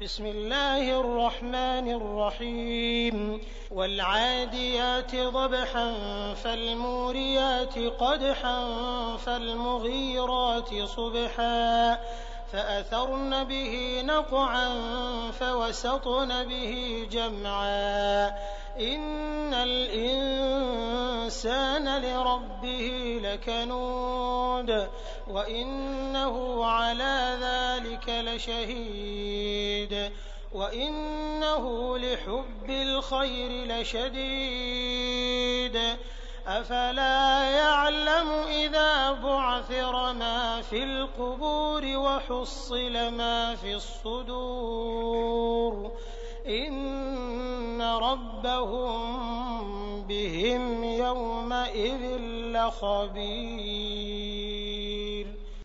بسم الله الرحمن الرحيم والعاديات ضبحا فالموريات قدحا فالمغيرات صبحا فأثرن به نقعا فوسطن به جمعا إن الإنسان لربه لكنود وإنه على ذلك لشهيد وإنه لحب الخير لشديد أفلا يعلم إذا بعثر ما في القبور وحصل ما في الصدور إن ربهم بهم يومئذ لخبير.